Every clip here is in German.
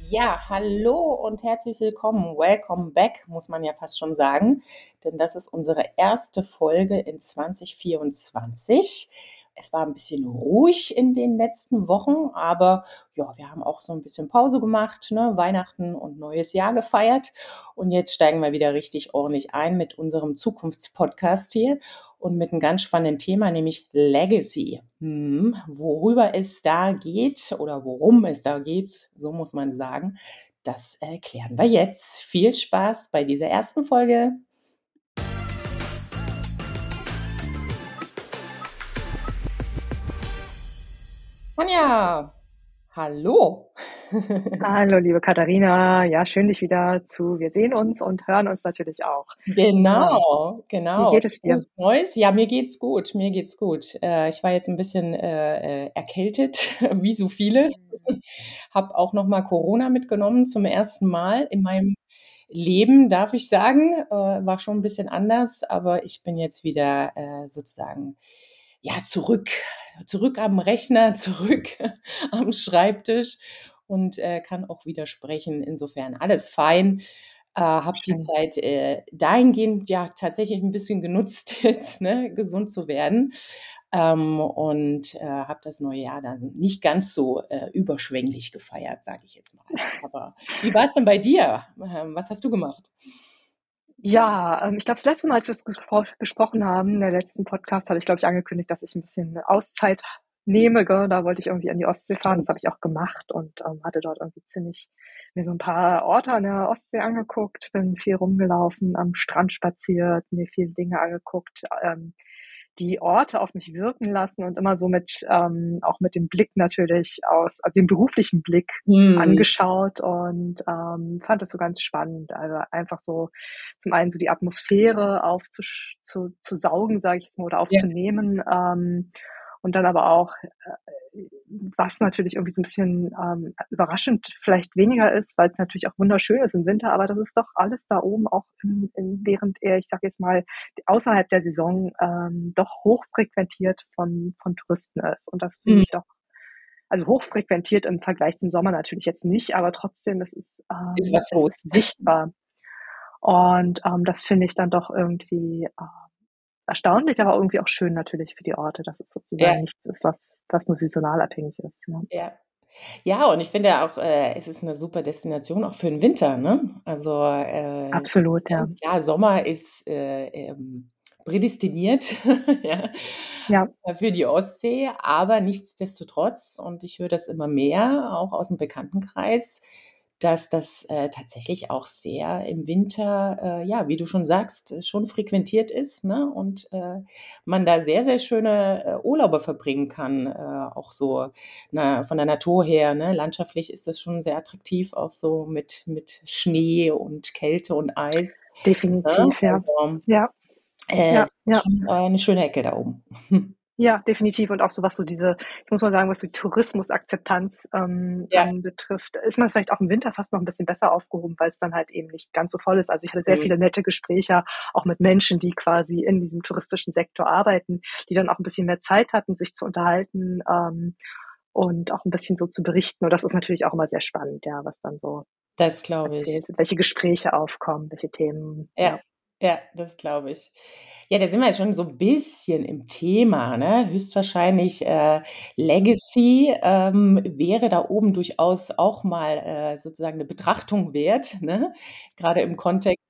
Ja, hallo und herzlich willkommen. Welcome back, muss man ja fast schon sagen, denn das ist unsere erste Folge in 2024. Es war ein bisschen ruhig in den letzten Wochen, aber ja, wir haben auch so ein bisschen Pause gemacht, ne? Weihnachten und neues Jahr gefeiert. Und jetzt steigen wir wieder richtig ordentlich ein mit unserem Zukunftspodcast hier und mit einem ganz spannenden Thema, nämlich Legacy. Worüber es da geht oder worum es da geht, so muss man sagen, das erklären wir jetzt. Viel Spaß bei dieser ersten Folge. Anja, hallo. Hallo, liebe Katharina. Ja, schön, dich wieder zu. Wir sehen uns und hören uns natürlich auch. Ja, Genau, wie genau. geht es dir? Frohes Neues. Ja, mir geht's gut, mir geht's gut. Ich war jetzt ein bisschen erkältet, wie so viele. Mhm. Habe auch noch mal Corona mitgenommen zum ersten Mal in meinem Leben, darf ich sagen. War schon ein bisschen anders, aber ich bin jetzt wieder sozusagen ja zurück am Rechner, zurück am Schreibtisch und kann auch wieder sprechen. Insofern alles fein. Habe die Schön. Zeit dahingehend ja tatsächlich ein bisschen genutzt, jetzt ne, gesund zu werden. Und habe das neue Jahr dann nicht ganz so überschwänglich gefeiert, sage ich jetzt mal. Aber wie war es denn bei dir? Was hast du gemacht? Ja, ich glaube, das letzte Mal, als wir gesprochen haben, in der letzten Podcast, hatte ich, glaube ich, angekündigt, dass ich ein bisschen Auszeit nehme. Gell? Da wollte ich irgendwie an die Ostsee fahren. Das Stimmt. habe ich auch gemacht und hatte dort irgendwie ziemlich mir so ein paar Orte an der Ostsee angeguckt, bin viel rumgelaufen, am Strand spaziert, mir viele Dinge angeguckt. Die Orte auf mich wirken lassen und immer so mit auch mit dem Blick natürlich aus also dem beruflichen Blick Mhm. angeschaut und fand das so ganz spannend. Also einfach so zum einen so die Atmosphäre zu saugen, sage ich jetzt mal, oder Ja, aufzunehmen, und dann aber auch, was natürlich irgendwie so ein bisschen überraschend vielleicht weniger ist, weil es natürlich auch wunderschön ist im Winter, aber das ist doch alles da oben auch während er, ich sage jetzt mal, außerhalb der Saison doch hochfrequentiert von Touristen ist. Und das finde mhm. ich doch, also hochfrequentiert im Vergleich zum Sommer natürlich jetzt nicht, aber trotzdem, Ist was es los. ist sichtbar. Und das finde ich dann doch irgendwie erstaunlich, aber irgendwie auch schön natürlich für die Orte, dass es Ja, sozusagen nichts ist, was nur saisonal abhängig ist. Ja. ja. Ja, und ich finde auch, es ist eine super Destination auch für den Winter, ne? Also, Absolut, ja. klar, Sommer ist, prädestiniert, ja, Ja, für die Ostsee, aber nichtsdestotrotz und ich höre das immer mehr, auch aus'm Bekanntenkreis, dass das, tatsächlich auch sehr im Winter, ja, wie du schon sagst, schon frequentiert ist, ne? Und, man da sehr, sehr schöne, Urlaube verbringen kann, auch so von der Natur her, ne? Landschaftlich ist das schon sehr attraktiv, auch so mit Schnee und Kälte und Eis, ne? definitiv, ja. Also, Ja, das ja, ist ja. schon, 'ne schöne Ecke da oben. Ja, definitiv und auch so, was so diese ich muss mal sagen, was so die Tourismusakzeptanz, Ja, anbetrifft, ist man vielleicht auch im Winter fast noch 'n bisschen besser aufgehoben, weil's dann halt eben nicht ganz so voll ist. Also, ich hatte sehr mhm. viele nette Gespräche, auch mit Menschen, die quasi in diesem touristischen Sektor arbeiten, die dann auch 'n bisschen mehr Zeit hatten, sich zu unterhalten, und auch 'n bisschen so zu berichten. Und das ist natürlich auch immer sehr spannend, ja, was dann so Das glaube ich. erzählt wird, welche Gespräche aufkommen, welche Themen, Ja, ja. ja, das glaube ich. Ja, da sind wir jetzt schon so 'n bisschen im Thema, ne? Höchstwahrscheinlich, Legacy, wäre da oben durchaus auch mal, sozusagen 'ne Betrachtung wert, ne? Grade im Kontext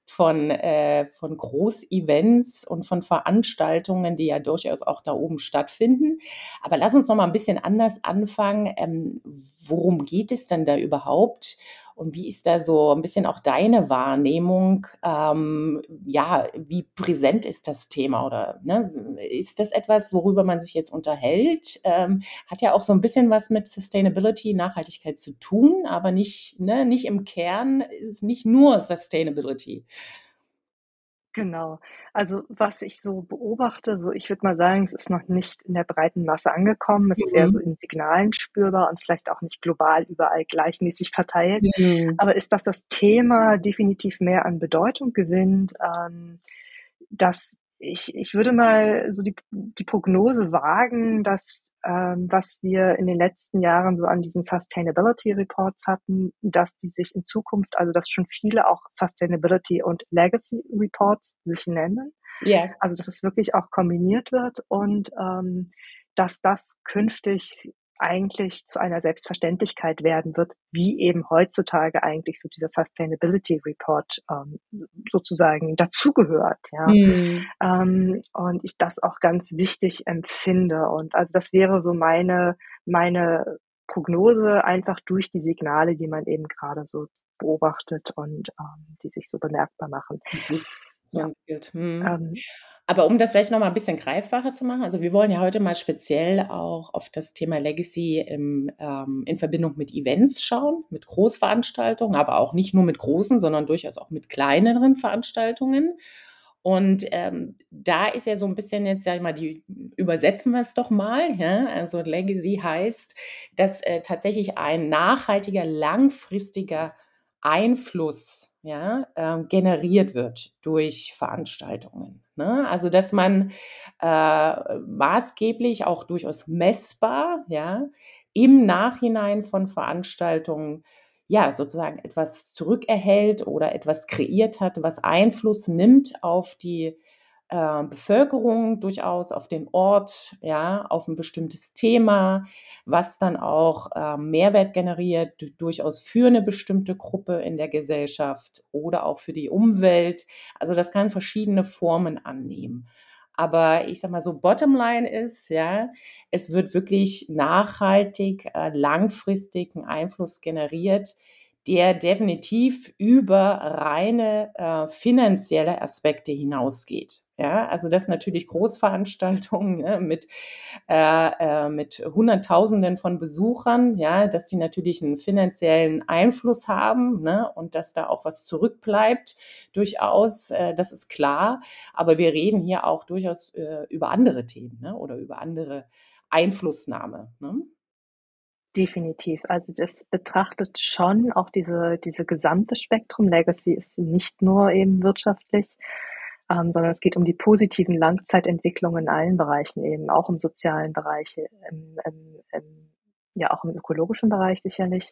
von Großevents und von Veranstaltungen, die ja durchaus auch da oben stattfinden. Aber lass uns noch mal 'n bisschen anders anfangen. Worum geht es denn da überhaupt? Und wie ist da so ein bisschen auch deine Wahrnehmung? Ja, wie präsent ist das Thema oder, ne, ist das etwas, worüber man sich jetzt unterhält? Hat ja auch so ein bisschen was mit Sustainability, Nachhaltigkeit zu tun, aber nicht ne, nicht im Kern ist es nicht nur Sustainability. Genau. Also, was ich so beobachte, so ich würde mal sagen, es ist noch nicht in der breiten Masse angekommen. Es ist eher so Mhm. in Signalen spürbar und vielleicht auch nicht global überall gleichmäßig verteilt. Mhm. Aber ist, dass das Thema definitiv mehr an Bedeutung gewinnt, dass ich würde mal so die Prognose wagen, dass was wir in den letzten Jahren so an diesen Sustainability Reports hatten, dass die sich in Zukunft, also dass schon viele auch Sustainability und Legacy Reports sich nennen. Ja. Also dass es wirklich auch kombiniert wird und dass das künftig eigentlich zu einer Selbstverständlichkeit werden wird, wie eben heutzutage eigentlich so dieser Sustainability Report sozusagen dazugehört, ja. Mhm. Und ich das auch ganz wichtig empfinde. Und also das wäre so meine Prognose einfach durch die Signale, die man eben gerade so beobachtet und die sich so bemerkbar machen. Die sich so Ja, entwickelt. Mhm. ähm, Aber um das vielleicht noch mal 'n bisschen greifbarer zu machen, also wir wollen ja heute mal speziell auch auf das Thema Legacy in Verbindung mit Events schauen, mit Großveranstaltungen, aber auch nicht nur mit großen, sondern durchaus auch mit kleineren Veranstaltungen. Und, da ist ja so 'n bisschen jetzt, sage ich mal, die übersetzen wir's doch mal, ja? Also Legacy heißt, dass, tatsächlich ein nachhaltiger, langfristiger Einfluss, ja, generiert wird durch Veranstaltungen, ne? Also, dass man, maßgeblich auch durchaus messbar, ja, im Nachhinein von Veranstaltungen, ja, sozusagen etwas zurückerhält oder etwas kreiert hat, was Einfluss nimmt auf die, Bevölkerung durchaus, auf den Ort, ja, auf ein bestimmtes Thema, was dann auch, Mehrwert generiert, durchaus für eine bestimmte Gruppe in der Gesellschaft oder auch für die Umwelt. Also, das kann verschiedene Formen annehmen. Aber ich sage mal so, Bottomline ist, ja, es wird wirklich nachhaltig, langfristig 'n Einfluss generiert, der definitiv über reine, finanzielle Aspekte hinausgeht. Ja, also, dass natürlich Großveranstaltungen, ne, mit Hunderttausenden von Besuchern, ja, dass die natürlich einen finanziellen Einfluss haben, ne, und dass da auch was zurückbleibt durchaus, das ist klar. Aber wir reden hier auch durchaus, über andere Themen, ne, oder über andere Einflussnahme, ne? definitiv. Also, das betrachtet schon auch diese gesamte Spektrum. Legacy ist nicht nur eben wirtschaftlich, sondern es geht um die positiven Langzeitentwicklungen in allen Bereichen eben, auch im sozialen Bereich, ja, auch im ökologischen Bereich sicherlich,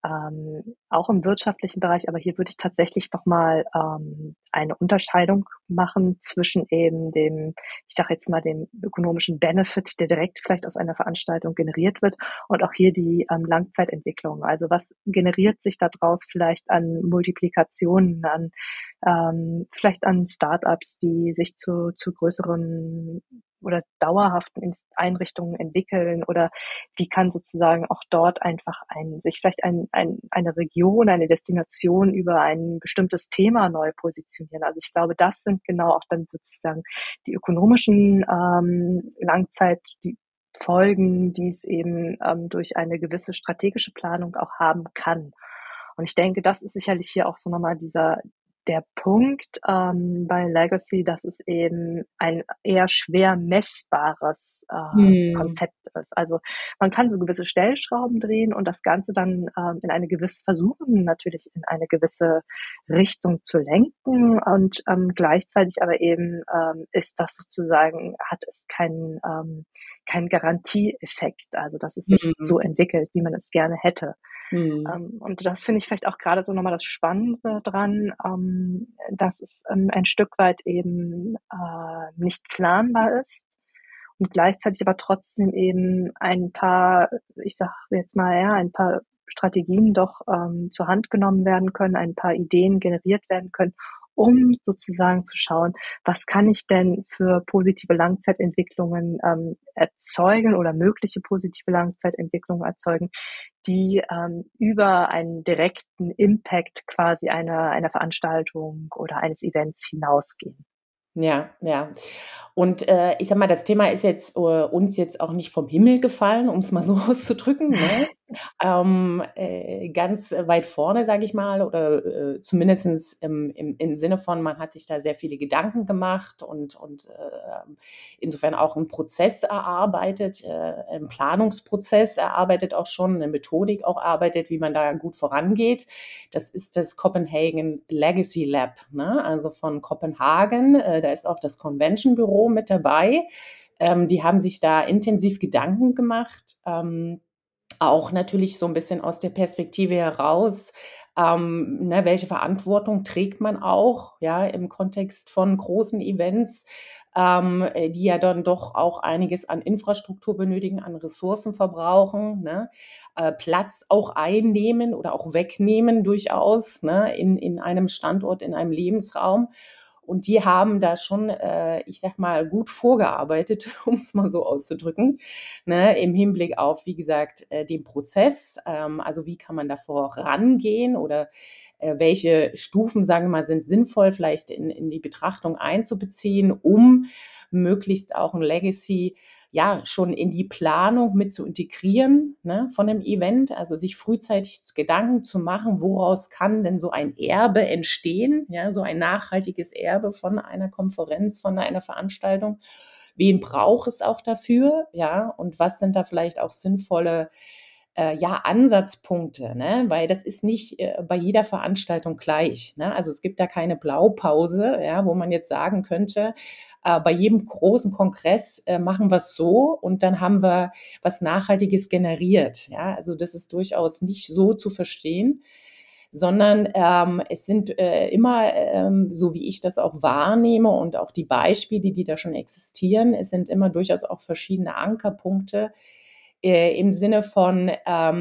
auch im wirtschaftlichen Bereich. Aber hier würde ich tatsächlich noch mal, eine Unterscheidung machen zwischen eben dem, ich sage jetzt mal, dem ökonomischen Benefit, der direkt vielleicht aus einer Veranstaltung generiert wird und auch hier die, Langzeitentwicklung. Also, was generiert sich da draus vielleicht an Multiplikationen, an vielleicht an Startups, die sich zu größeren oder dauerhaften Einrichtungen entwickeln oder wie kann sozusagen auch dort einfach sich vielleicht eine Region, eine Destination über ein bestimmtes Thema neu positionieren. Also ich glaube, das sind genau auch dann sozusagen die ökonomischen Langzeit, die Folgen, die es eben durch eine gewisse strategische Planung auch haben kann. Und ich denke, das ist sicherlich hier auch so nochmal der Punkt bei Legacy, dass es eben ein eher schwer messbares Mhm. Konzept ist. Also man kann so gewisse Stellschrauben drehen und das Ganze dann in eine gewisse versuchen, natürlich in eine gewisse Richtung zu lenken und gleichzeitig aber eben ist das sozusagen, hat es keinen Garantieeffekt, also dass es sich Mhm. so entwickelt, wie man es gerne hätte. Mhm. Und das finde ich vielleicht auch gerade so nochmal das Spannende dran, dass es ein Stück weit eben nicht planbar ist und gleichzeitig aber trotzdem eben ein paar, ich sage jetzt mal, ja, ein paar Strategien doch zur Hand genommen werden können, ein paar Ideen generiert werden können, um sozusagen zu schauen, was kann ich denn für positive Langzeitentwicklungen erzeugen oder mögliche positive Langzeitentwicklungen erzeugen, die über einen direkten Impact quasi einer Veranstaltung oder eines Events hinausgehen. Ja, ja. Und, ich sage mal, das Thema ist jetzt, uns jetzt auch nicht vom Himmel gefallen, um's mal so auszudrücken, ne? Ganz weit vorne, sage ich mal, oder, zumindestens im Sinne von, man hat sich da sehr viele Gedanken gemacht und insofern auch 'n Prozess erarbeitet, 'n Planungsprozess erarbeitet auch schon, 'ne Methodik auch erarbeitet, wie man da gut vorangeht. Das ist das Copenhagen Legacy Lab, ne? Also von Kopenhagen, da ist auch das Convention Büro mit dabei. Die haben sich da intensiv Gedanken gemacht, auch natürlich so ein bisschen aus der Perspektive heraus, ne, welche Verantwortung trägt man auch, ja, im Kontext von großen Events, die ja dann doch auch einiges an Infrastruktur benötigen, an Ressourcen verbrauchen, ne? Platz auch einnehmen oder auch wegnehmen durchaus, ne, in einem Standort, in einem Lebensraum. Und die haben da schon, ich sage mal, gut vorgearbeitet, um es mal so auszudrücken, ne, im Hinblick auf, wie gesagt, den Prozess. Also wie kann man da vorangehen oder welche Stufen, sagen wir mal, sind sinnvoll vielleicht in die Betrachtung einzubeziehen, um möglichst auch ein Legacy ja schon in die Planung mit zu integrieren, ne, von einem Event, also sich frühzeitig Gedanken zu machen, woraus kann denn so ein Erbe entstehen, ja, so ein nachhaltiges Erbe von einer Konferenz, von einer Veranstaltung. Wen braucht es auch dafür, ja, und was sind da vielleicht auch sinnvolle ja, Ansatzpunkte, ne? Weil das ist nicht bei jeder Veranstaltung gleich. Ne? Also es gibt da keine Blaupause, ja, wo man jetzt sagen könnte, bei jedem großen Kongress machen wir es so und dann haben wir was Nachhaltiges generiert. Ja? Also das ist durchaus nicht so zu verstehen, sondern es sind immer, so wie ich das auch wahrnehme und auch die Beispiele, die da schon existieren, es sind immer durchaus auch verschiedene Ankerpunkte, im Sinne von,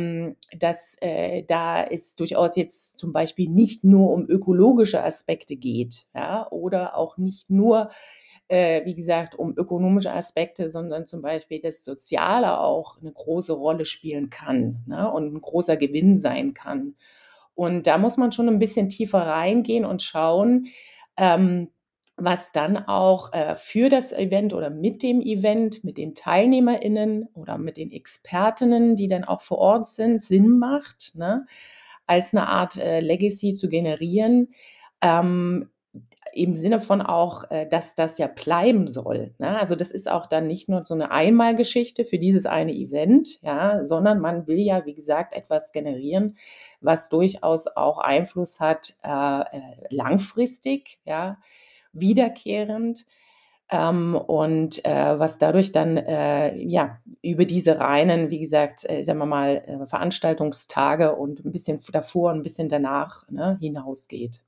dass da es durchaus jetzt zum Beispiel nicht nur um ökologische Aspekte geht, ja, oder auch nicht nur, wie gesagt, um ökonomische Aspekte, sondern zum Beispiel das Soziale auch eine große Rolle spielen kann, ne, und ein großer Gewinn sein kann. Und da muss man schon ein bisschen tiefer reingehen und schauen, ähm, was dann auch für das Event oder mit dem Event, mit den TeilnehmerInnen oder mit den Expertinnen, die dann auch vor Ort sind, Sinn macht, ne? Als eine Art Legacy zu generieren. Ähm, Im Sinne von auch, dass das ja bleiben soll, ne? Also, das ist auch dann nicht nur so eine Einmalgeschichte für dieses eine Event, ja, sondern man will ja, wie gesagt, etwas generieren, was durchaus auch Einfluss hat, langfristig, ja, wiederkehrend, und was dadurch dann ja über diese reinen, wie gesagt, sagen wir mal, Veranstaltungstage und ein bisschen davor und ein bisschen danach, ne, hinausgeht.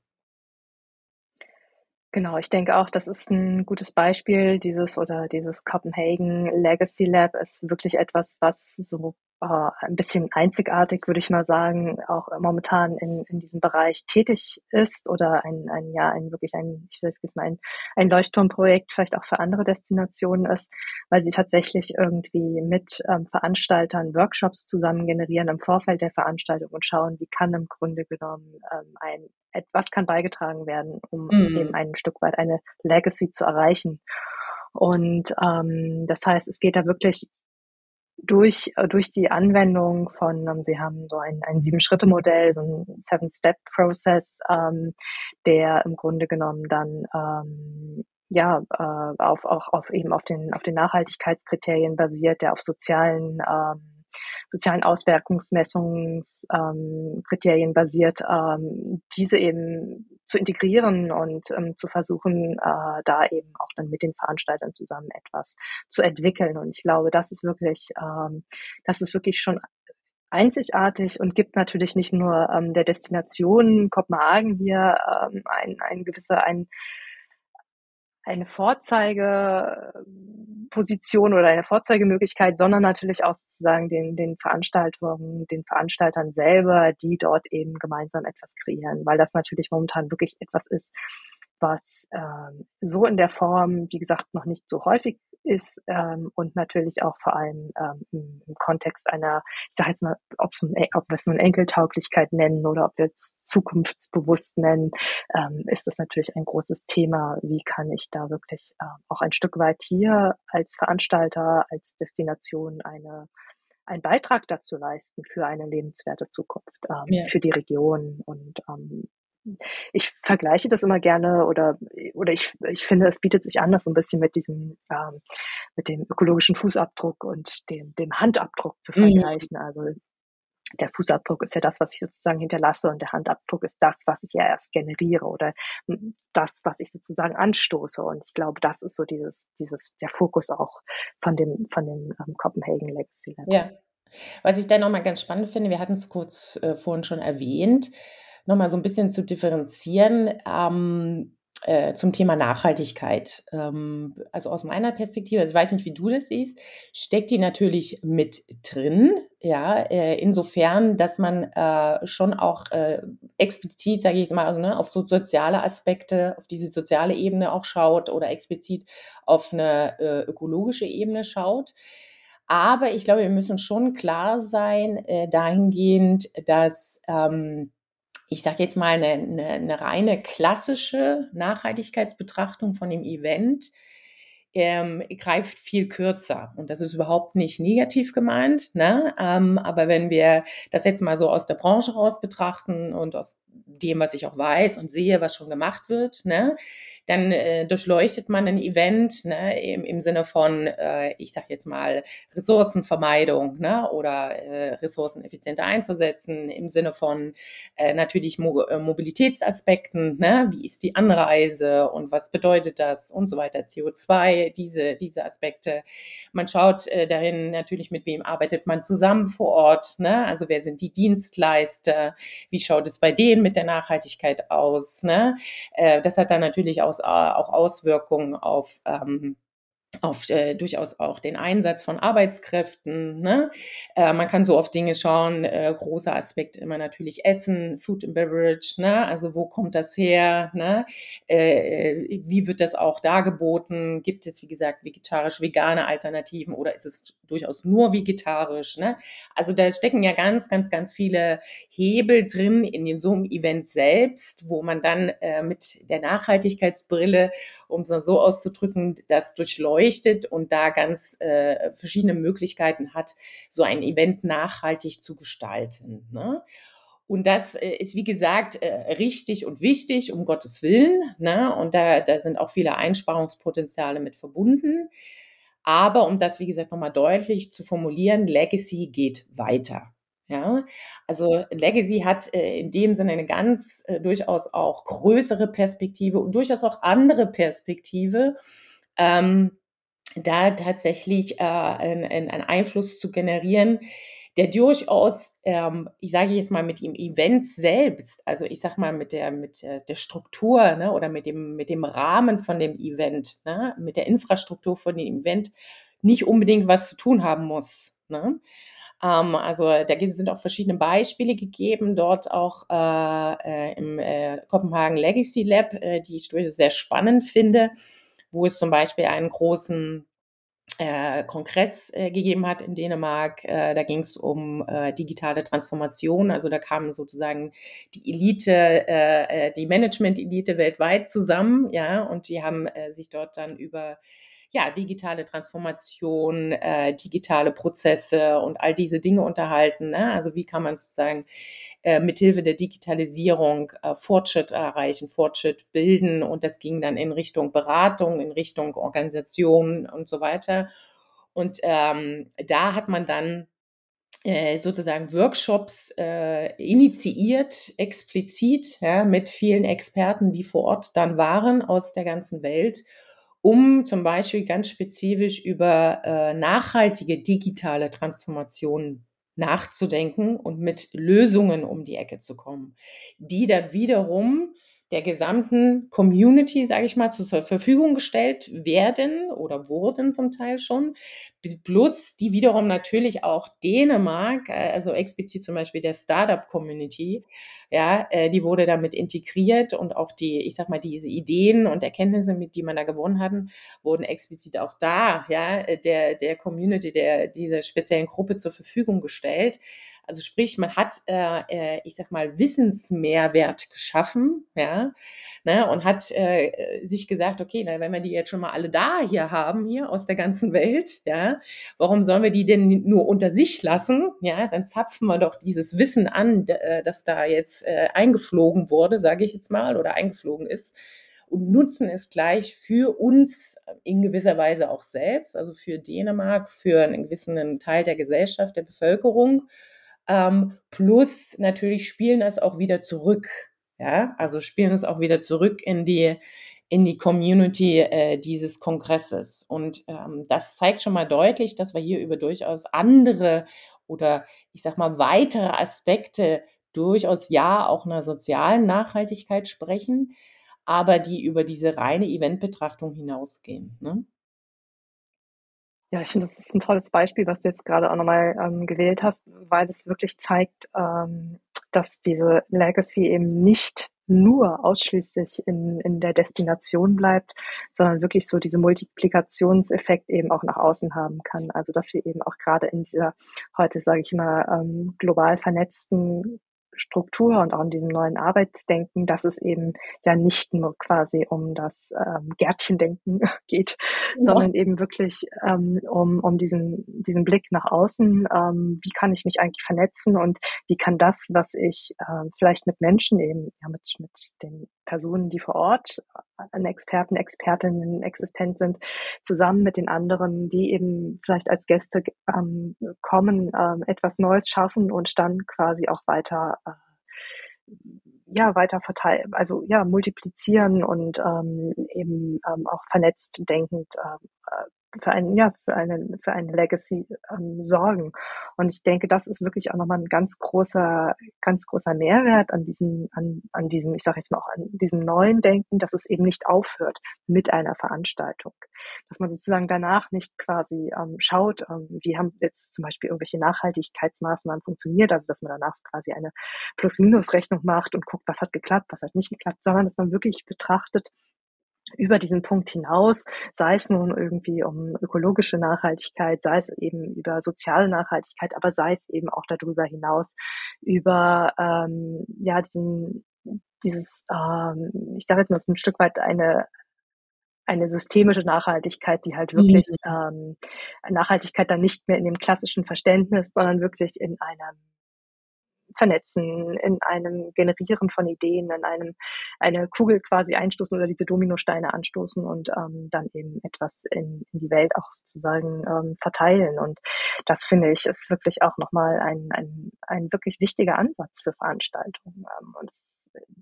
Genau, ich denke auch, das ist 'n gutes Beispiel. Dieses Copenhagen Legacy Lab ist wirklich etwas, was so, ein bisschen einzigartig, würde ich mal sagen, auch momentan in diesem Bereich tätig ist oder ich sage jetzt mal, ein Leuchtturmprojekt vielleicht auch für andere Destinationen ist, weil sie tatsächlich irgendwie mit, Veranstaltern Workshops zusammen generieren im Vorfeld der Veranstaltung und schauen, wie kann im Grunde genommen, etwas kann beigetragen werden, um eben Mhm. ein Stück weit eine Legacy zu erreichen. Und, das heißt, es geht da wirklich durch die Anwendung von sie haben so ein 7-Schritte-Modell, so 'n Seven-Step-Process, der im Grunde genommen dann, auf den Nachhaltigkeitskriterien basiert, der auf sozialen Auswirkungsmessungs Kriterien basiert, diese eben zu integrieren und, zu versuchen, da eben auch dann mit den Veranstaltern zusammen etwas zu entwickeln. Und ich glaube, das ist wirklich schon einzigartig und gibt natürlich nicht nur, der Destination Kopenhagen hier, eine Vorzeigeposition oder eine Vorzeigemöglichkeit, sondern natürlich auch sozusagen den Veranstaltern selber, die dort eben gemeinsam etwas kreieren, weil das natürlich momentan wirklich etwas ist, was, so in der Form, wie gesagt, noch nicht so häufig ist, und natürlich auch vor allem, im Kontext einer, ich sage jetzt mal, ob wir es nun Enkeltauglichkeit nennen oder ob wir es zukunftsbewusst nennen, ist das natürlich ein großes Thema. Wie kann ich da wirklich, auch ein Stück weit hier als Veranstalter, als Destination einen Beitrag dazu leisten für eine lebenswerte Zukunft, Ja. für die Region. Und, ich vergleiche das immer gerne oder ich finde, es bietet sich an, das so 'n bisschen mit dem ökologischen Fußabdruck und dem Handabdruck zu Mhm. vergleichen. Also der Fußabdruck ist ja das, was ich sozusagen hinterlasse und der Handabdruck ist das, was ich ja erst generiere oder das, was ich sozusagen anstoße. Und ich glaube, das ist so der Fokus auch von dem Copenhagen Legacy Lab. Ja. Was ich da noch mal ganz spannend finde, wir hatten es kurz, vorhin schon erwähnt, noch mal so ein bisschen zu differenzieren, zum Thema Nachhaltigkeit. Also, aus meiner Perspektive, also, ich weiß nicht, wie du das siehst, steckt die natürlich mit drin, ja, insofern, dass man, schon auch, explizit, sage ich jetzt mal, also, ne, auf so soziale Aspekte, auf diese soziale Ebene auch schaut oder explizit auf eine ökologische Ebene schaut. Aber ich glaube, wir müssen schon klar sein, dahingehend, dass, ich sage jetzt mal, eine reine klassische Nachhaltigkeitsbetrachtung von dem Event, greift viel kürzer. Und das ist überhaupt nicht negativ gemeint, ne? Aber wenn wir das jetzt mal so aus der Branche raus betrachten und aus dem, was ich auch weiß und sehe, was schon gemacht wird, ne, dann durchleuchtet man ein Event, ne, im Sinne von, ich sage jetzt mal, Ressourcenvermeidung, ne, oder Ressourcen effizienter einzusetzen, im Sinne von natürlich Mobilitätsaspekten, ne, wie ist die Anreise und was bedeutet das und so weiter, CO2, diese Aspekte. Man schaut dahin natürlich, mit wem arbeitet man zusammen vor Ort, ne, also wer sind die Dienstleister, wie schaut es bei denen mit der Nachhaltigkeit aus, ne? Das hat dann natürlich auch Auswirkungen auf durchaus auch den Einsatz von Arbeitskräften. Ne? Man kann so auf Dinge schauen, großer Aspekt immer natürlich Essen, Food and Beverage, ne? Also wo kommt das her? Ne? Wie wird das auch dargeboten? Gibt es, wie gesagt, vegetarisch-vegane Alternativen oder ist es durchaus nur vegetarisch? Ne? Also da stecken ja ganz, ganz, ganz viele Hebel drin in so einem Event selbst, wo man dann mit der Nachhaltigkeitsbrille, um es so auszudrücken, das durchleuchtet und da ganz verschiedene Möglichkeiten hat, so ein Event nachhaltig zu gestalten. Ne? Und das ist, wie gesagt, richtig und wichtig, um Gottes Willen. Ne? Und da sind auch viele Einsparungspotenziale mit verbunden. Aber um das, wie gesagt, nochmal deutlich zu formulieren, Legacy geht weiter. Ja, also Legacy hat in dem Sinne eine ganz durchaus auch größere Perspektive und durchaus auch andere Perspektive, ähm, da tatsächlich einen Einfluss zu generieren, der durchaus, ich sage jetzt mal, mit dem Event selbst, also ich sage mal mit der Struktur, ne, oder mit dem Rahmen von dem Event, ne, mit der Infrastruktur von dem Event nicht unbedingt was zu tun haben muss. Ne? Also sind auch verschiedene Beispiele gegeben, dort auch im Copenhagen Legacy Lab, die ich durchaus sehr spannend finde, wo es zum Beispiel einen großen Kongress gegeben hat in Dänemark. Da ging es um digitale Transformation. Also da kam sozusagen die Elite, die Management-Elite weltweit zusammen, ja, und die haben sich dort dann über ja, digitale Transformation, digitale Prozesse und all diese Dinge unterhalten. Ne? Also wie kann man sozusagen mithilfe der Digitalisierung Fortschritt erreichen, Fortschritt bilden. Und das ging dann in Richtung Beratung, in Richtung Organisation und so weiter. Und da hat man dann sozusagen Workshops initiiert, explizit, ja, mit vielen Experten, die vor Ort dann waren aus der ganzen Welt, um zum Beispiel ganz spezifisch über nachhaltige digitale Transformationen nachzudenken und mit Lösungen um die Ecke zu kommen, die dann wiederum der gesamten Community, sage ich mal, zur Verfügung gestellt werden oder wurden zum Teil schon, plus die wiederum natürlich auch Dänemark, also explizit zum Beispiel der Startup-Community, ja, die wurde damit integriert und auch die, ich sag mal, diese Ideen und Erkenntnisse, mit die man da gewonnen hatten, wurden explizit auch da, ja, der Community, dieser speziellen Gruppe zur Verfügung gestellt. Also sprich, man hat, ich sag mal, Wissensmehrwert geschaffen, ja, ne, und hat sich gesagt, okay, na, wenn wir die jetzt schon mal alle da hier haben, hier aus der ganzen Welt, ja, warum sollen wir die denn nur unter sich lassen? Ja, dann zapfen wir doch dieses Wissen an, das da jetzt eingeflogen wurde, sage ich jetzt mal, oder eingeflogen ist und nutzen es gleich für uns in gewisser Weise auch selbst, also für Dänemark, für einen gewissen Teil der Gesellschaft, der Bevölkerung, plus natürlich spielen es auch wieder zurück. Ja, also spielen es auch wieder zurück in die Community dieses Kongresses. Und das zeigt schon mal deutlich, dass wir hier über durchaus andere oder ich sag mal weitere Aspekte durchaus ja auch einer sozialen Nachhaltigkeit sprechen, aber die über diese reine Eventbetrachtung hinausgehen. Ne? Ja, ich finde, das ist ein tolles Beispiel, was du jetzt gerade auch nochmal gewählt hast, weil es wirklich zeigt, dass diese Legacy eben nicht nur ausschließlich in der Destination bleibt, sondern wirklich so diese Multiplikationseffekt eben auch nach außen haben kann. Also, dass wir eben auch gerade in dieser heute, sage ich mal, global vernetzten Struktur und auch in diesem neuen Arbeitsdenken, dass es eben ja nicht nur quasi um das Gärtchendenken geht, Ja. sondern eben wirklich um diesen Blick nach außen. Wie kann ich mich eigentlich vernetzen und wie kann das, was ich vielleicht mit Menschen eben, ja, mit den Personen, die vor Ort an Experten, Expertinnen existent sind, zusammen mit den anderen, die eben vielleicht als Gäste kommen, etwas Neues schaffen und dann quasi auch weiter ja, weiter verteilen, also ja, multiplizieren und eben auch vernetzt denkend für ein, ja, für eine Legacy sorgen. Und ich denke, das ist wirklich auch nochmal ein ganz großer Mehrwert an diesem, ich sage jetzt mal auch an diesem neuen Denken, dass es eben nicht aufhört mit einer Veranstaltung. Dass man sozusagen danach nicht quasi schaut, wie haben jetzt zum Beispiel irgendwelche Nachhaltigkeitsmaßnahmen funktioniert, also dass man danach quasi eine Plus-Minus-Rechnung macht und guckt, was hat geklappt, was hat nicht geklappt, sondern dass man wirklich betrachtet, über diesen Punkt hinaus, sei es nun irgendwie um ökologische Nachhaltigkeit, sei es eben über soziale Nachhaltigkeit, aber sei es eben auch darüber hinaus über ja dieses, ich sage jetzt mal so ein Stück weit eine systemische Nachhaltigkeit, die halt wirklich Mhm. Nachhaltigkeit dann nicht mehr in dem klassischen Verständnis, sondern wirklich in einem Vernetzen, in einem Generieren von Ideen, in einem eine Kugel quasi einstoßen oder diese Dominosteine anstoßen und dann eben etwas in die Welt auch sozusagen verteilen. Und das finde ich ist wirklich auch nochmal ein wirklich wichtiger Ansatz für Veranstaltungen. Und es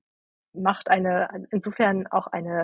macht insofern auch eine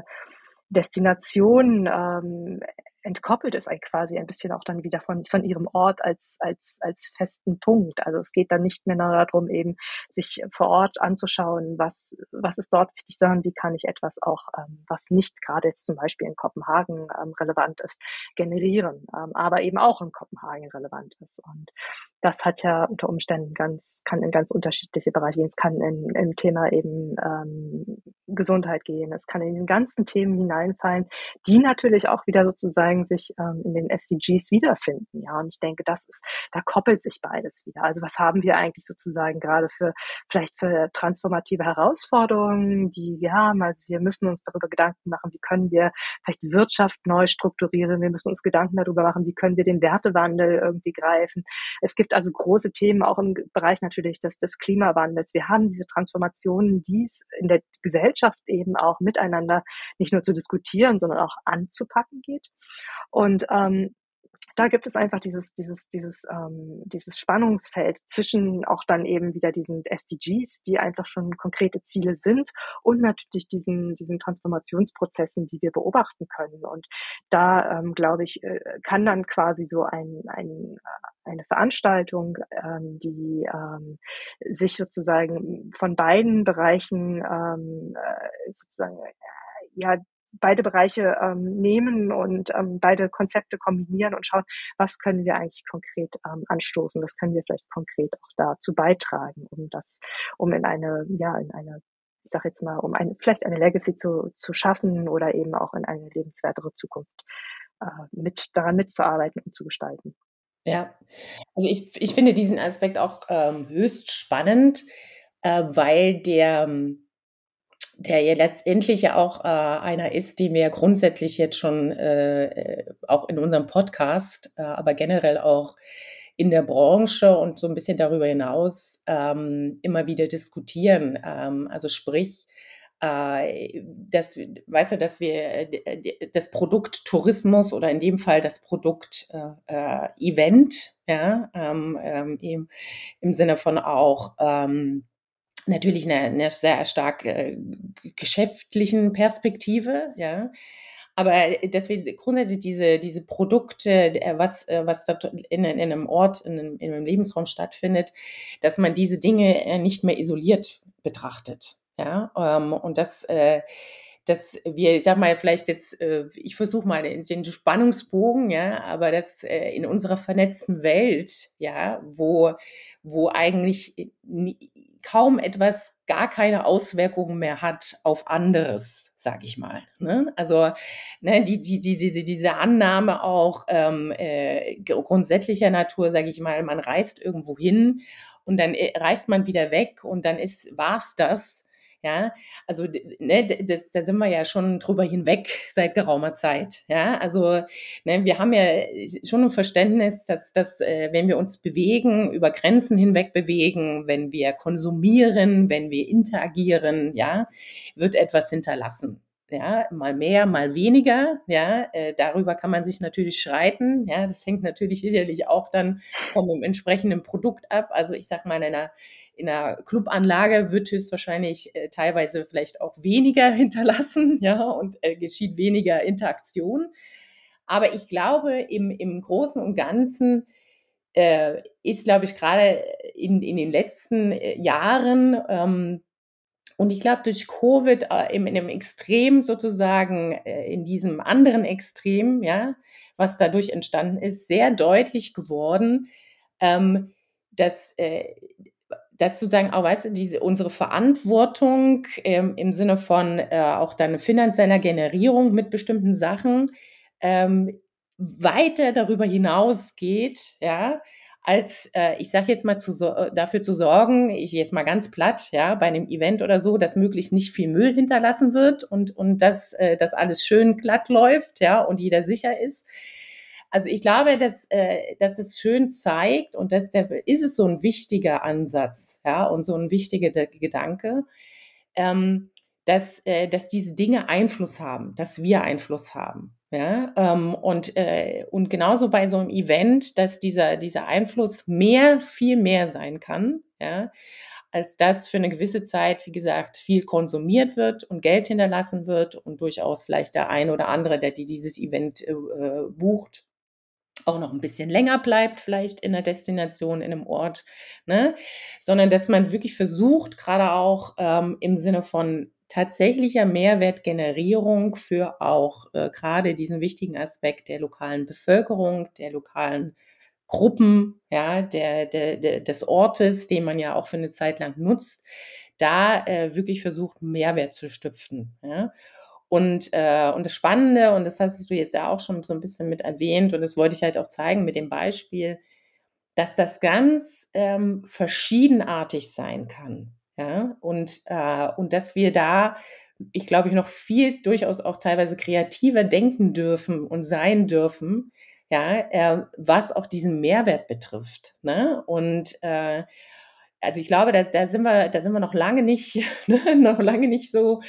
Destination entkoppelt es ein quasi ein bisschen auch dann wieder von ihrem Ort als festen Punkt. Also es geht dann nicht mehr nur darum, eben sich vor Ort anzuschauen, was ist dort wichtig, sondern wie kann ich etwas auch, was nicht gerade jetzt zum Beispiel in Kopenhagen relevant ist, generieren, aber eben auch in Kopenhagen relevant ist. Und das hat ja unter Umständen kann in ganz unterschiedliche Bereiche gehen. Es kann im Thema eben Gesundheit gehen. Es kann in den ganzen Themen hineinfallen, die natürlich auch wieder sozusagen sich in den SDGs wiederfinden. Ja, und ich denke, da koppelt sich beides wieder. Also was haben wir eigentlich sozusagen gerade vielleicht für transformative Herausforderungen, die wir haben? Also wir müssen uns darüber Gedanken machen, wie können wir vielleicht Wirtschaft neu strukturieren? Wir müssen uns Gedanken darüber machen, wie können wir den Wertewandel irgendwie greifen? Es gibt also große Themen auch im Bereich natürlich des Klimawandels. Wir haben diese Transformationen, die es in der Gesellschaft eben auch miteinander nicht nur zu diskutieren, sondern auch anzupacken geht. Und da gibt es einfach dieses Spannungsfeld zwischen auch dann eben wieder diesen SDGs, die einfach schon konkrete Ziele sind und natürlich diesen Transformationsprozessen, die wir beobachten können. Und da, glaube ich, kann dann quasi so eine Veranstaltung, die sich sozusagen von beiden Bereichen sozusagen ja beide Bereiche nehmen und beide Konzepte kombinieren und schauen, was können wir eigentlich konkret anstoßen, was können wir vielleicht konkret auch dazu beitragen, um in eine, ich sage jetzt mal, vielleicht eine Legacy zu schaffen oder eben auch in eine lebenswertere Zukunft daran mitzuarbeiten und zu gestalten. Ja, also ich finde diesen Aspekt auch höchst spannend, weil der ja letztendlich ja auch einer ist, den wir ja grundsätzlich jetzt schon auch in unserem Podcast, aber generell auch in der Branche und so ein bisschen darüber hinaus immer wieder diskutieren. Also sprich, dass, weißt du, dass wir das Produkt Tourismus oder in dem Fall das Produkt Event, ja, im Sinne von auch natürlich eine sehr stark geschäftlichen Perspektive, ja. Aber dass wir grundsätzlich diese Produkte, was dort in einem Ort, in einem Lebensraum stattfindet, dass man diese Dinge nicht mehr isoliert betrachtet. Ja? Und dass wir, ich sag mal, vielleicht jetzt, ich versuche mal den Spannungsbogen, ja, aber dass in unserer vernetzten Welt, ja, wo eigentlich kaum etwas gar keine Auswirkungen mehr hat auf anderes, sage ich mal. Ne? Also ne, diese Annahme auch grundsätzlicher Natur, sage ich mal, man reist irgendwo hin und dann reist man wieder weg und dann war's das. Ja, also ne, da sind wir ja schon drüber hinweg seit geraumer Zeit. Ja, also ne, wir haben ja schon ein Verständnis, dass wenn wir uns bewegen, über Grenzen hinweg bewegen, wenn wir konsumieren, wenn wir interagieren, ja, wird etwas hinterlassen. Ja, mal mehr, mal weniger. Ja, darüber kann man sich natürlich streiten. Ja, das hängt natürlich sicherlich auch dann vom entsprechenden Produkt ab. Also ich sag mal, in einer Clubanlage wird höchstwahrscheinlich teilweise vielleicht auch weniger hinterlassen, ja, und geschieht weniger Interaktion. Aber ich glaube, im Großen und Ganzen ist, glaube ich, gerade in den letzten Jahren und ich glaube, durch Covid in einem Extrem sozusagen, in diesem anderen Extrem, ja, was dadurch entstanden ist, sehr deutlich geworden, ähm, dass, dass sozusagen auch, weißt du, unsere Verantwortung im Sinne von auch dann finanzieller Generierung mit bestimmten Sachen ähm, weiter darüber hinausgeht, ja, als, ich sage jetzt mal, dafür zu sorgen, ich jetzt mal ganz platt, ja, bei einem Event oder so, dass möglichst nicht viel Müll hinterlassen wird und dass das alles schön glatt läuft, ja, und jeder sicher ist. Also ich glaube, dass es schön zeigt und ist es so ein wichtiger Ansatz, ja, und so ein wichtiger Gedanke, ähm, dass diese Dinge Einfluss haben, dass wir Einfluss haben. Ja? Und genauso bei so einem Event, dass dieser Einfluss viel mehr sein kann, ja, als dass für eine gewisse Zeit, wie gesagt, viel konsumiert wird und Geld hinterlassen wird und durchaus vielleicht der ein oder andere, der dieses Event bucht, auch noch ein bisschen länger bleibt vielleicht in der Destination, in einem Ort, ne? Sondern dass man wirklich versucht, gerade auch, im Sinne von tatsächlicher Mehrwertgenerierung für auch, grade diesen wichtigen Aspekt der lokalen Bevölkerung, der lokalen Gruppen, ja, des Ortes, den man ja auch für eine Zeit lang nutzt, da, wirklich versucht, Mehrwert zu stiften, ja? Und das Spannende, und das hast du jetzt ja auch schon so ein bisschen mit erwähnt und das wollte ich halt auch zeigen mit dem Beispiel, dass das ganz, verschiedenartig sein kann, ja? Und dass wir da, ich glaube, noch viel durchaus auch teilweise kreativer denken dürfen und sein dürfen, ja, was auch diesen Mehrwert betrifft, ne? Also, ich glaube, da sind wir noch lange nicht ne, noch lange nicht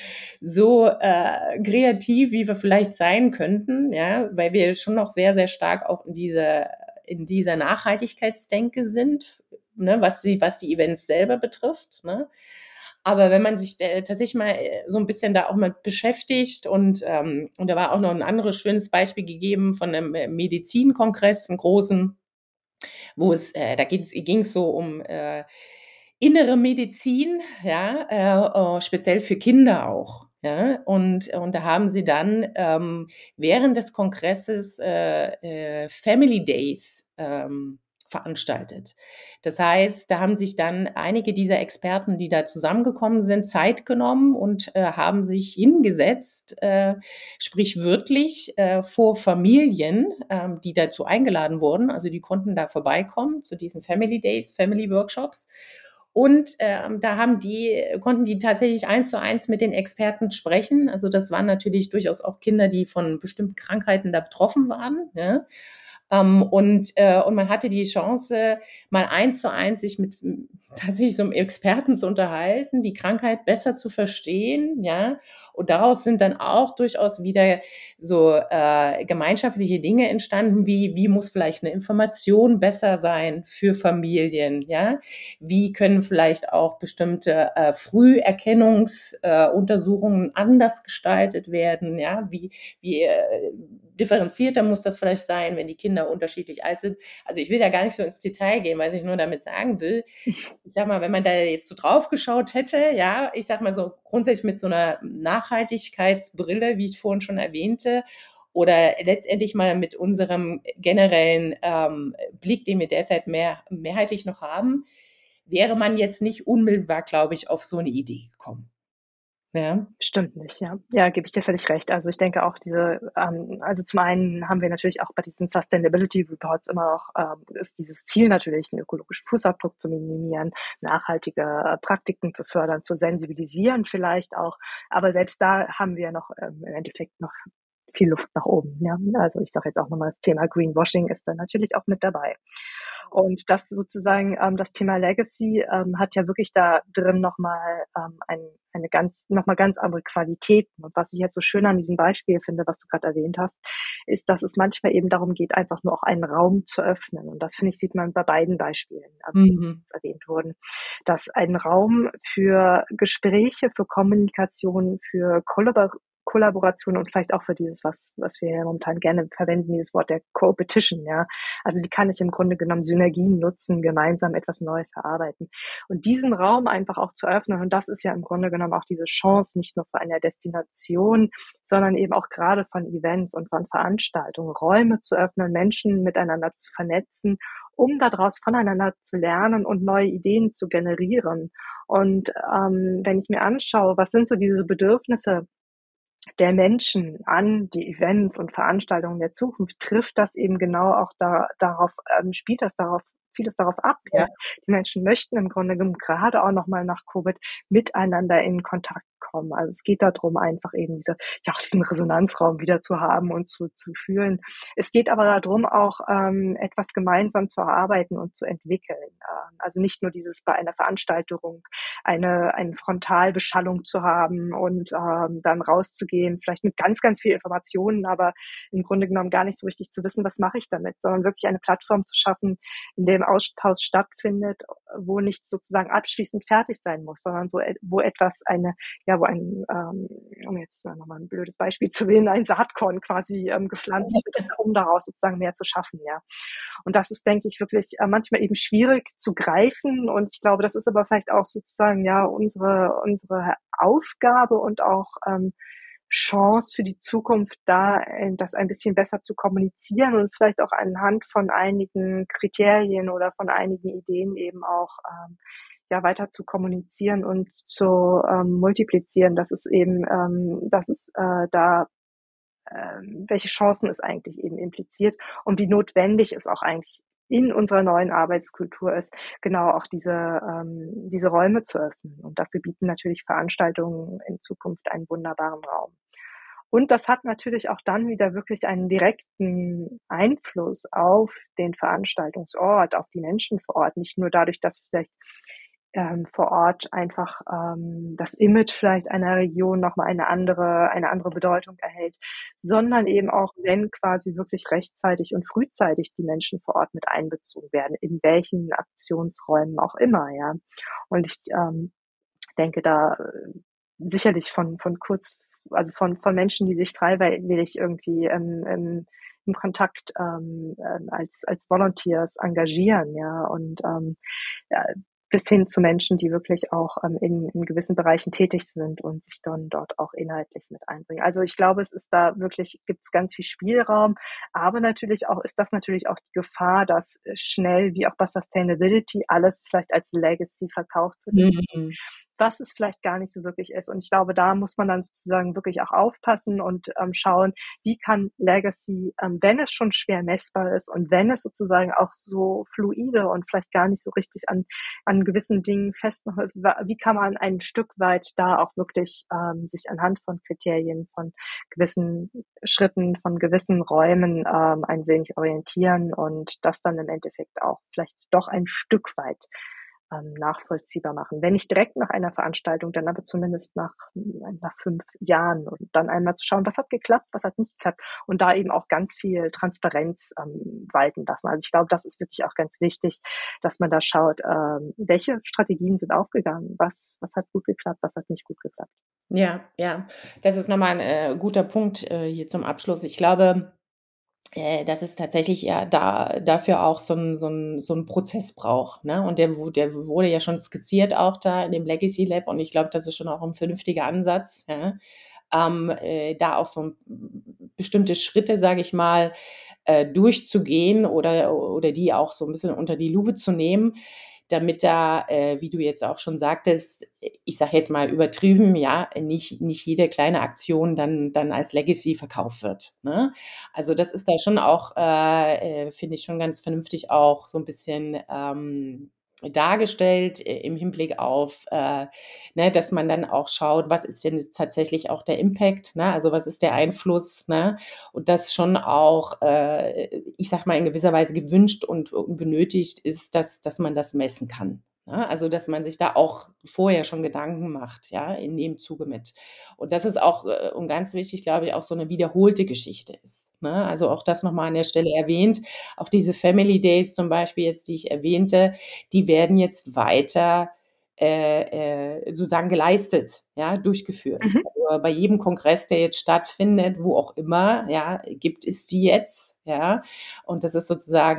so kreativ, wie wir vielleicht sein könnten, ja, weil wir schon noch sehr, sehr stark auch in dieser Nachhaltigkeitsdenke sind, ne, was die Events selber betrifft, ne? Aber wenn man sich tatsächlich mal so ein bisschen da auch mit beschäftigt und da war auch noch ein anderes schönes Beispiel gegeben von einem Medizinkongress, 'n großen, wo da ging es so um innere Medizin, ja, speziell für Kinder auch. Ja, und da haben sie dann während des Kongresses Family Days veranstaltet. Das heißt, da haben sich dann einige dieser Experten, die da zusammengekommen sind, Zeit genommen und haben sich hingesetzt, sprichwörtlich vor Familien, die dazu eingeladen wurden. Also die konnten da vorbeikommen zu diesen Family Days, Family Workshops. Und da konnten die tatsächlich eins zu eins mit den Experten sprechen. Also das waren natürlich durchaus auch Kinder, die von bestimmten Krankheiten da betroffen waren. Ja? Und man hatte die Chance, mal eins zu eins sich tatsächlich so mit Experten zu unterhalten, die Krankheit besser zu verstehen, ja? Und daraus sind dann auch durchaus wieder so, gemeinschaftliche Dinge entstanden, wie muss vielleicht eine Information besser sein für Familien, ja? Wie können vielleicht auch bestimmte, Früherkennungs Untersuchungen anders gestaltet werden, ja? Wie differenzierter muss das vielleicht sein, wenn die Kinder unterschiedlich alt sind? Also, ich will da gar nicht so ins Detail gehen, was ich nur damit sagen will, ich sage mal, wenn man da jetzt so drauf geschaut hätte, ja, ich sage mal so grundsätzlich mit so einer Nachhaltigkeitsbrille, wie ich vorhin schon erwähnte, oder letztendlich mal mit unserem generellen, Blick, den wir derzeit mehrheitlich noch haben, wäre man jetzt nicht unmittelbar, glaube ich, auf so eine Idee gekommen, ja? Stimmt nicht, ja. Ja, gebe ich dir völlig recht. Also, ich denke auch also, zum einen haben wir natürlich auch bei diesen Sustainability Reports immer noch ist dieses Ziel natürlich, 'n ökologischen Fußabdruck zu minimieren, nachhaltige, Praktiken zu fördern, zu sensibilisieren vielleicht auch. Aber selbst da haben wir noch, im Endeffekt noch viel Luft nach oben, ja. Also, ich sage jetzt auch noch mal, das Thema Greenwashing ist da natürlich auch mit dabei. Und das sozusagen das Thema Legacy, hat ja wirklich da drin noch mal, eine ganz andere Qualitäten. Und was ich jetzt so schön an diesem Beispiel finde, was du gerade erwähnt hast, ist, dass es manchmal eben darum geht, einfach nur auch einen Raum zu öffnen. Und das, finde ich, sieht man bei beiden Beispielen, Mhm. die erwähnt wurden, dass ein Raum für Gespräche, für Kommunikation, für Kollaboration und vielleicht auch für dieses, was wir ja momentan gerne verwenden, dieses Wort der Co-Petition, ja. Also wie kann ich im Grunde genommen Synergien nutzen, gemeinsam etwas Neues erarbeiten. Und diesen Raum einfach auch zu öffnen, und das ist ja im Grunde genommen auch diese Chance, nicht nur für eine Destination, sondern eben auch gerade von Events und von Veranstaltungen, Räume zu öffnen, Menschen miteinander zu vernetzen, um daraus voneinander zu lernen und neue Ideen zu generieren. Und wenn ich mir anschaue, was sind so diese Bedürfnisse der Menschen an die Events und Veranstaltungen der Zukunft, trifft das eben genau auch darauf spielt das darauf zielt es darauf ab, ja. Ja. Die Menschen möchten im Grunde genommen gerade auch noch mal nach Covid miteinander in Kontakt kommen. Also, es geht darum, einfach eben auch diesen Resonanzraum wieder zu haben und zu fühlen. Es geht aber darum, auch, etwas gemeinsam zu erarbeiten und zu entwickeln. Also, nicht nur dieses bei einer Veranstaltung eine Frontalbeschallung zu haben und dann rauszugehen, vielleicht mit ganz, ganz viel Informationen, aber im Grunde genommen gar nicht so richtig zu wissen, was mache ich damit, sondern wirklich eine Plattform zu schaffen, in dem Austausch stattfindet, wo nicht sozusagen abschließend fertig sein muss, sondern so, wo etwas wo um jetzt nochmal ein blödes Beispiel zu wählen, ein Saatkorn quasi gepflanzt wird, um daraus sozusagen mehr zu schaffen, ja. Und das ist, denke ich, wirklich manchmal eben schwierig zu greifen. Und ich glaube, das ist aber vielleicht auch sozusagen ja unsere Aufgabe und auch Chance für die Zukunft, da das ein bisschen besser zu kommunizieren und vielleicht auch anhand von einigen Kriterien oder von einigen Ideen eben auch weiter zu kommunizieren und zu multiplizieren, dass es da welche Chancen es eigentlich eben impliziert und wie notwendig es auch eigentlich in unserer neuen Arbeitskultur ist, genau auch diese Räume zu öffnen. Und dafür bieten natürlich Veranstaltungen in Zukunft einen wunderbaren Raum. Und das hat natürlich auch dann wieder wirklich einen direkten Einfluss auf den Veranstaltungsort, auf die Menschen vor Ort. Nicht nur dadurch, dass vielleicht vor Ort einfach das Image vielleicht einer Region noch mal eine andere Bedeutung erhält, sondern eben auch, wenn quasi wirklich rechtzeitig und frühzeitig die Menschen vor Ort mit einbezogen werden, in welchen Aktionsräumen auch immer, ja. Und ich denke da sicherlich von Menschen, die sich freiwillig irgendwie im Kontakt als Volunteers engagieren, ja, und ja, bis hin zu Menschen, die wirklich auch in gewissen Bereichen tätig sind und sich dann dort auch inhaltlich mit einbringen. Also ich glaube, es ist da wirklich, gibt es ganz viel Spielraum, aber natürlich auch ist das natürlich auch die Gefahr, dass schnell, wie auch bei Sustainability, alles vielleicht als Legacy verkauft wird, Mhm. was es vielleicht gar nicht so wirklich ist. Und ich glaube, da muss man dann sozusagen wirklich auch aufpassen und schauen, wie kann Legacy, wenn es schon schwer messbar ist und wenn es sozusagen auch so fluide und vielleicht gar nicht so richtig an gewissen Dingen festmacht, wie kann man ein Stück weit da auch wirklich sich anhand von Kriterien, von gewissen Schritten, von gewissen Räumen ein wenig orientieren und das dann im Endeffekt auch vielleicht doch ein Stück weit nachvollziehbar machen. Wenn nicht direkt nach einer Veranstaltung, dann aber zumindest nach 5 Jahren und dann einmal zu schauen, was hat geklappt, was hat nicht geklappt und da eben auch ganz viel Transparenz walten lassen. Also ich glaube, das ist wirklich auch ganz wichtig, dass man da schaut, welche Strategien sind aufgegangen, was hat gut geklappt, was hat nicht gut geklappt. Ja, ja. Das ist noch mal 'n, guter Punkt, hier zum Abschluss. Ich glaube, dass es tatsächlich ja dafür auch so 'n Prozess braucht, ne? Und der wurde ja schon skizziert auch da in dem Legacy Lab und ich glaube, das ist schon auch 'n vernünftiger Ansatz, ja, da auch so bestimmte Schritte, sage ich mal, durchzugehen oder die auch so 'n bisschen unter die Lupe zu nehmen, damit da, wie du jetzt auch schon sagtest, ich sage jetzt mal übertrieben, ja, nicht jede kleine Aktion dann als Legacy verkauft wird, ne? Also, das ist da schon auch, finde ich schon ganz vernünftig auch so 'n bisschen, dargestellt, im Hinblick auf, ne, dass man dann auch schaut, was ist denn jetzt tatsächlich auch der Impact, ne? Also, was ist der Einfluss, ne? Und das schon auch, ich sage mal, in gewisser Weise gewünscht und benötigt ist, dass man das messen kann, ne? Also, dass man sich da auch vorher schon Gedanken macht, ja, in dem Zuge mit. Und das ist auch, und ganz wichtig, glaube ich, auch so 'ne wiederholte Geschichte ist, ne? Also, auch das noch mal an der Stelle erwähnt. Auch diese Family Days zum Beispiel jetzt, die ich erwähnte, die werden jetzt weiter, sozusagen geleistet, ja, durchgeführt. Mhm. Also, bei jedem Kongress, der jetzt stattfindet, wo auch immer, ja, gibt es die jetzt, ja. Und das ist sozusagen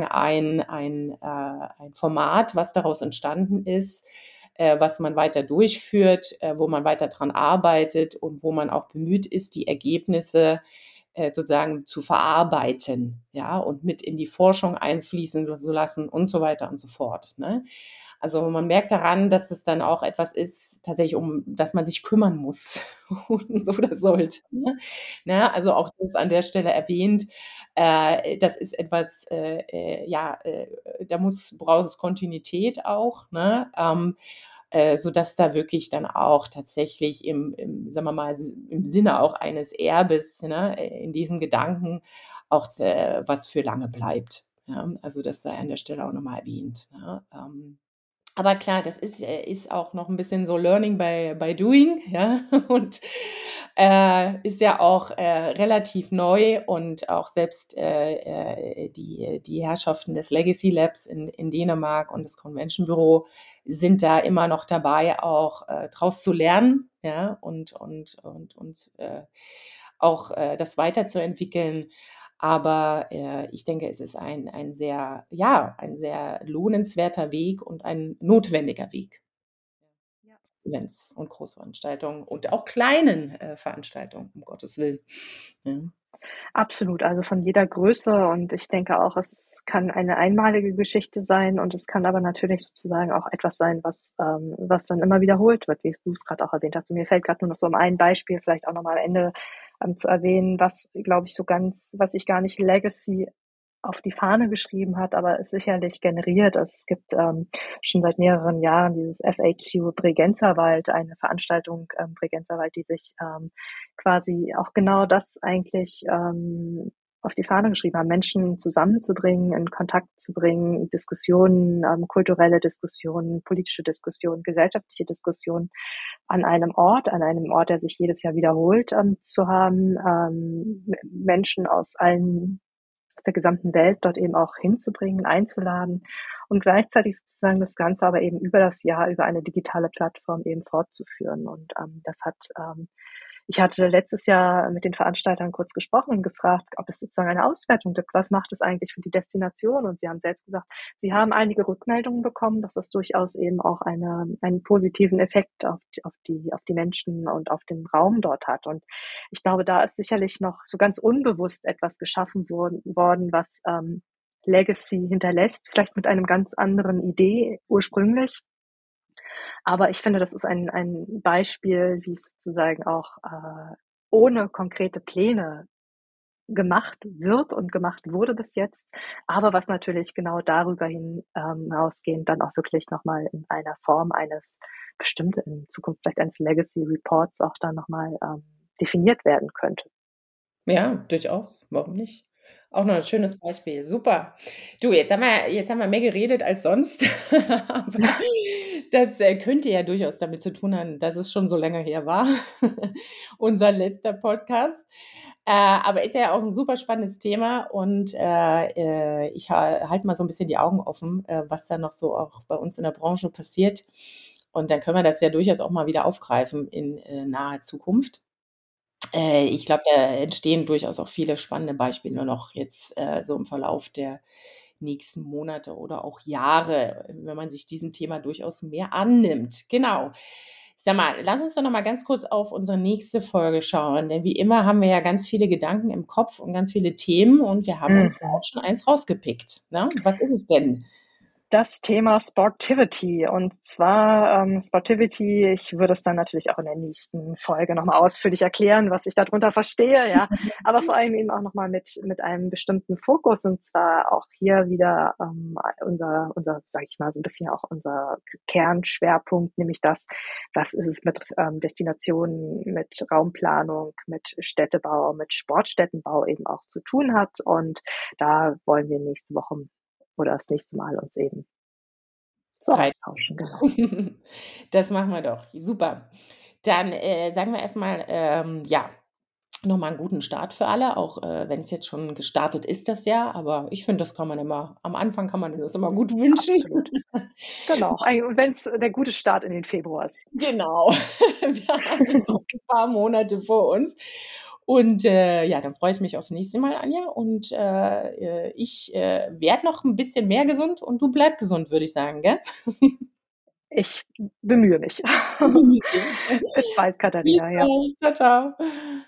ein Format, was daraus entstanden ist, was man weiter durchführt, wo man weiter dran arbeitet und wo man auch bemüht ist, die Ergebnisse, sozusagen zu verarbeiten, ja, und mit in die Forschung einfließen zu lassen und so weiter und so fort, ne? Also, man merkt daran, dass es dann auch etwas ist tatsächlich, um das man sich kümmern muss und so oder sollte, ne? Also, auch das an der Stelle erwähnt, das ist etwas, ja, da braucht es Kontinuität auch, ne? Sodass da wirklich dann auch tatsächlich sagen wir mal, im Sinne auch eines Erbes, ne, in diesem Gedanken auch, was für lange bleibt, ja? Also, das sei an der Stelle auch noch mal erwähnt, ne? Aber klar, das ist auch noch 'n bisschen so Learning by doing, ja, und, ist ja auch, relativ neu und auch selbst, die Herrschaften des Legacy Labs in Dänemark und das Convention Büro sind da immer noch dabei, auch, draus zu lernen, ja, und auch, das weiterzuentwickeln. Aber, ich denke, es ist ein sehr ja, ein sehr lohnenswerter Weg und ein notwendiger Weg. Ja. Events und Großveranstaltungen und auch kleinen, Veranstaltungen, um Gottes Willen. Ja. Absolut, also von jeder Größe und ich denke auch, es kann eine einmalige Geschichte sein und es kann aber natürlich sozusagen auch etwas sein, was dann immer wiederholt wird, wie du es gerade auch erwähnt hast. Und mir fällt gerade nur noch so um ein Beispiel vielleicht auch noch mal am Ende, zu erwähnen, was, glaube ich, was ich gar nicht Legacy auf die Fahne geschrieben hat, aber es sicherlich generiert. Also, es gibt, schon seit mehreren Jahren dieses FAQ Bregenzerwald, eine Veranstaltung, Bregenzerwald, die sich, quasi auch genau das eigentlich, auf die Fahne geschrieben haben, Menschen zusammenzubringen, in Kontakt zu bringen, Diskussionen, kulturelle Diskussionen, politische Diskussionen, gesellschaftliche Diskussionen an einem Ort, der sich jedes Jahr wiederholt, zu haben, Menschen aus der gesamten Welt dort eben auch hinzubringen, einzuladen und gleichzeitig sozusagen das Ganze aber eben über das Jahr über eine digitale Plattform eben fortzuführen. Und, ich hatte letztes Jahr mit den Veranstaltern kurz gesprochen und gefragt, ob es sozusagen eine Auswertung gibt. Was macht es eigentlich für die Destination? Und sie haben selbst gesagt, sie haben einige Rückmeldungen bekommen, dass das durchaus eben auch einen positiven Effekt auf die Menschen und auf den Raum dort hat. Und ich glaube, da ist sicherlich noch so ganz unbewusst etwas geschaffen worden, was, Legacy hinterlässt, vielleicht mit einem ganz anderen Idee ursprünglich. Aber ich finde, das ist ein Beispiel, wie es sozusagen auch, ohne konkrete Pläne gemacht wird und gemacht wurde bis jetzt, aber was natürlich genau darüber hinausgehend dann auch wirklich noch mal in einer Form eines bestimmt in Zukunft vielleicht eines Legacy Reports auch dann noch mal, definiert werden könnte. Ja, durchaus. Warum nicht? Auch noch 'n schönes Beispiel, super. Du, jetzt haben wir mehr geredet als sonst, aber das, könnte ja durchaus damit zu tun haben, dass es schon so lange her war, unser letzter Podcast. Aber ist ja auch 'n super spannendes Thema und, ich halte mal so 'n bisschen die Augen offen, was da noch so auch bei uns in der Branche passiert. Und dann können wir das ja durchaus auch mal wieder aufgreifen in, naher Zukunft. Ich glaube, da entstehen durchaus auch viele spannende Beispiele noch jetzt, so im Verlauf der nächsten Monate oder auch Jahre, wenn man sich diesem Thema durchaus mehr annimmt. Genau. Sag mal, lass uns doch noch mal ganz kurz auf unsere nächste Folge schauen, denn wie immer haben wir ja ganz viele Gedanken im Kopf und ganz viele Themen und wir haben uns ja auch Mhm. schon eins rausgepickt, ne? Was ist es denn? Das Thema Sportivity. Und zwar, Sportivity, ich würde es dann natürlich auch in der nächsten Folge noch mal ausführlich erklären, was ich darunter verstehe, ja. Aber vor allem eben auch noch mal mit einem bestimmten Fokus, und zwar auch hier wieder, unser, sage ich mal, so ein bisschen auch unser Kernschwerpunkt, nämlich das, was ist es mit, Destinationen, mit Raumplanung, mit Städtebau, mit Sportstättenbau eben auch zu tun hat. Und da wollen wir nächste Woche oder das nächste Mal uns eben so Reit. austauschen, genau. Das machen wir doch. Super. Dann, sagen wir erst mal, ja, noch mal 'n guten Start für alle, auch, wenn's jetzt schon gestartet ist, das Jahr, aber ich finde, das kann man immer am Anfang kann man das immer gut wünschen. Absolut. Genau. Und wenn es der gute Start in den Februar ist. Genau. Wir haben ja noch 'n paar Monate vor uns. Und, ja, dann freue ich mich aufs nächste Mal, Anja. Und, ich, werde noch 'n bisschen mehr gesund und du bleib gesund, würde ich sagen, gell? Ich bemühe mich. Genieß dich. Bis bald, Bis Katharina, ja. bald. Tschau, tschau.